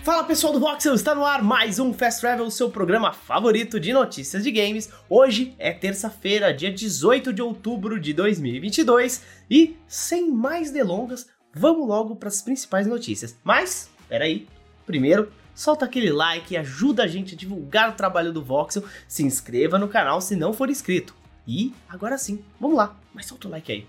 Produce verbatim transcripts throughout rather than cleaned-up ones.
Fala pessoal do Voxel, está no ar mais um Fast Travel, o seu programa favorito de notícias de games. Hoje é terça-feira, dia dezoito de outubro de dois mil e vinte e dois e, sem mais delongas, vamos logo para as principais notícias. Mas, peraí, primeiro, solta aquele like e ajuda a gente a divulgar o trabalho do Voxel, se inscreva no canal se não for inscrito. E, agora sim, vamos lá, mas solta o like aí.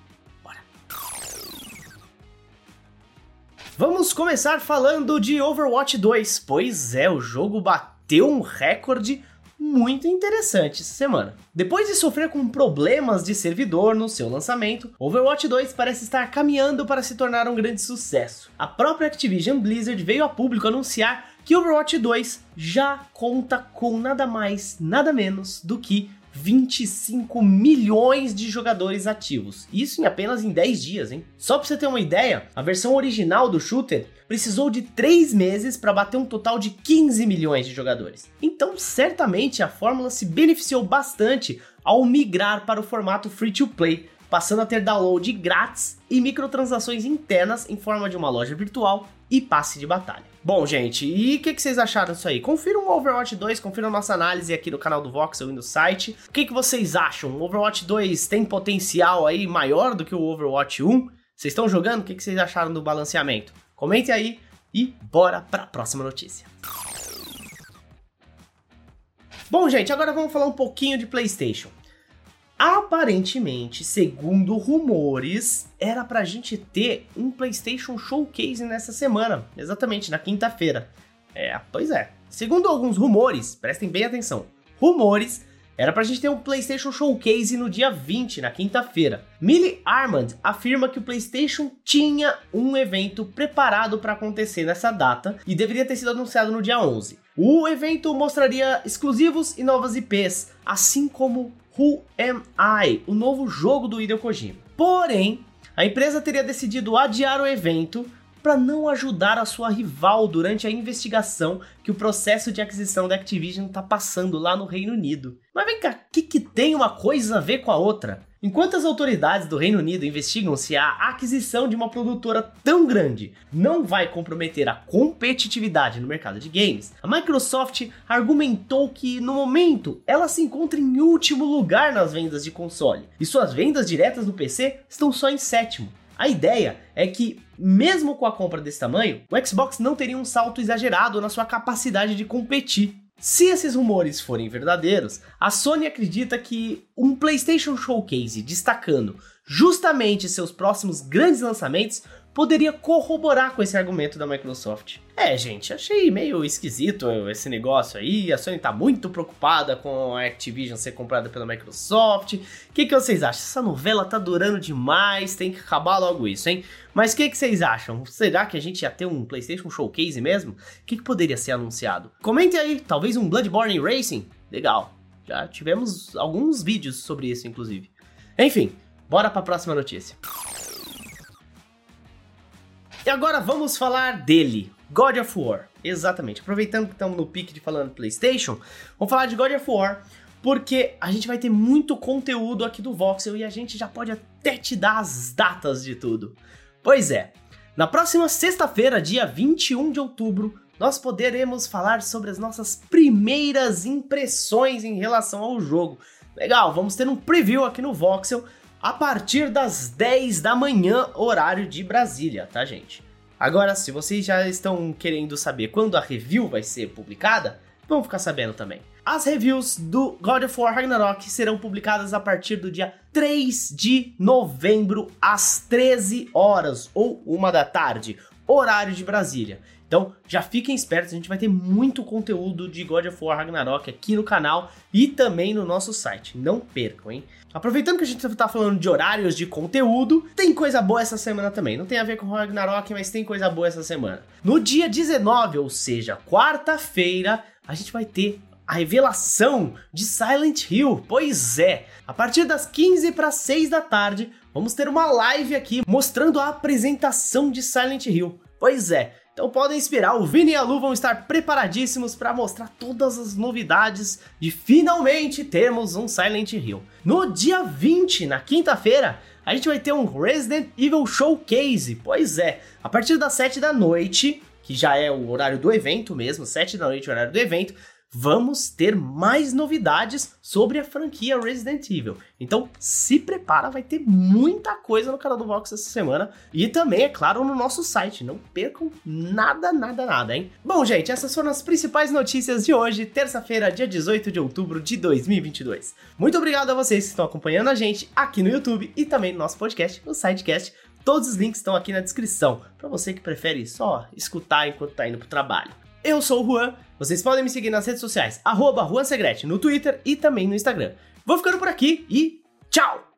Vamos começar falando de Overwatch dois, pois é, o jogo bateu um recorde muito interessante essa semana. Depois de sofrer com problemas de servidor no seu lançamento, Overwatch dois parece estar caminhando para se tornar um grande sucesso. A própria Activision Blizzard veio a público anunciar que Overwatch dois já conta com nada mais, nada menos do que vinte e cinco milhões de jogadores ativos. Isso em apenas em dez dias, hein? Só pra você ter uma ideia, a versão original do shooter precisou de três meses para bater um total de quinze milhões de jogadores. Então, certamente a fórmula se beneficiou bastante ao migrar para o formato free-to-play, passando a ter download grátis e microtransações internas em forma de uma loja virtual e passe de batalha. Bom, gente, e o que, que vocês acharam disso aí? Confiram o Overwatch dois, confiram a nossa análise aqui no canal do Voxel e no site. O que, que vocês acham? O Overwatch dois tem potencial aí maior do que o Overwatch um? Vocês estão jogando? O que, que vocês acharam do balanceamento? Comente aí e bora para a próxima notícia. Bom, gente, agora vamos falar um pouquinho de PlayStation. Aparentemente, segundo rumores, era pra gente ter um PlayStation Showcase nessa semana, exatamente, na quinta-feira. É, pois é. Segundo alguns rumores, prestem bem atenção, rumores, era pra gente ter um PlayStation Showcase no dia vinte, na quinta-feira. Millie Armand afirma que o PlayStation tinha um evento preparado para acontecer nessa data e deveria ter sido anunciado no dia onze. O evento mostraria exclusivos e novas I Ps, assim como Who Am I?, o novo jogo do Hideo Kojima. Porém, a empresa teria decidido adiar o evento para não ajudar a sua rival durante a investigação que o processo de aquisição da Activision está passando lá no Reino Unido. Mas vem cá, o que, que tem uma coisa a ver com a outra? Enquanto as autoridades do Reino Unido investigam se a aquisição de uma produtora tão grande não vai comprometer a competitividade no mercado de games, a Microsoft argumentou que, no momento, ela se encontra em último lugar nas vendas de console, e suas vendas diretas no P C estão só em sétimo. A ideia é que, mesmo com a compra desse tamanho, o Xbox não teria um salto exagerado na sua capacidade de competir. Se esses rumores forem verdadeiros, a Sony acredita que um PlayStation Showcase destacando justamente seus próximos grandes lançamentos poderia corroborar com esse argumento da Microsoft. É, gente, achei meio esquisito esse negócio aí, a Sony tá muito preocupada com a Activision ser comprada pela Microsoft. O que, que vocês acham? Essa novela tá durando demais, tem que acabar logo isso, hein? Mas o que, que vocês acham? Será que a gente ia ter um PlayStation Showcase mesmo? O que, que poderia ser anunciado? Comentem aí, talvez um Bloodborne Racing? Legal, já tivemos alguns vídeos sobre isso, inclusive. Enfim, bora pra próxima notícia. E agora vamos falar dele, God of War. Exatamente, aproveitando que estamos no pique de falando PlayStation, vamos falar de God of War, porque a gente vai ter muito conteúdo aqui do Voxel e a gente já pode até te dar as datas de tudo. Pois é, na próxima sexta-feira, dia vinte e um de outubro, nós poderemos falar sobre as nossas primeiras impressões em relação ao jogo. Legal, vamos ter um preview aqui no Voxel, a partir das dez da manhã, horário de Brasília, tá, gente? Agora, se vocês já estão querendo saber quando a review vai ser publicada, vão ficar sabendo também. As reviews do God of War Ragnarok serão publicadas a partir do dia três de novembro, às treze horas, ou uma da tarde, horário de Brasília. Então, já fiquem espertos, a gente vai ter muito conteúdo de God of War Ragnarok aqui no canal e também no nosso site. Não percam, hein? Aproveitando que a gente tá falando de horários de conteúdo, tem coisa boa essa semana também. Não tem a ver com o Ragnarok, mas tem coisa boa essa semana. No dia dezenove, ou seja, quarta-feira, a gente vai ter a revelação de Silent Hill. Pois é, a partir das quinze para seis da tarde, vamos ter uma live aqui mostrando a apresentação de Silent Hill. Pois é, então podem esperar, o Vini e a Lu vão estar preparadíssimos para mostrar todas as novidades de finalmente termos um Silent Hill. No dia vinte, na quinta-feira, a gente vai ter um Resident Evil Showcase. Pois é, a partir das sete da noite, que já é o horário do evento mesmo, sete da noite, o horário do evento, vamos ter mais novidades sobre a franquia Resident Evil. Então se prepara, vai ter muita coisa no canal do Vox essa semana e também, é claro, no nosso site. Não percam nada, nada, nada, hein? Bom, gente, essas foram as principais notícias de hoje, terça-feira, dia dezoito de outubro de dois mil e vinte e dois. Muito obrigado a vocês que estão acompanhando a gente aqui no YouTube e também no nosso podcast, no SciCast. Todos os links estão aqui na descrição, para você que prefere só escutar enquanto tá indo pro trabalho. Eu sou o Juan, vocês podem me seguir nas redes sociais, arroba Juan Segrete, no Twitter e também no Instagram. Vou ficando por aqui e tchau!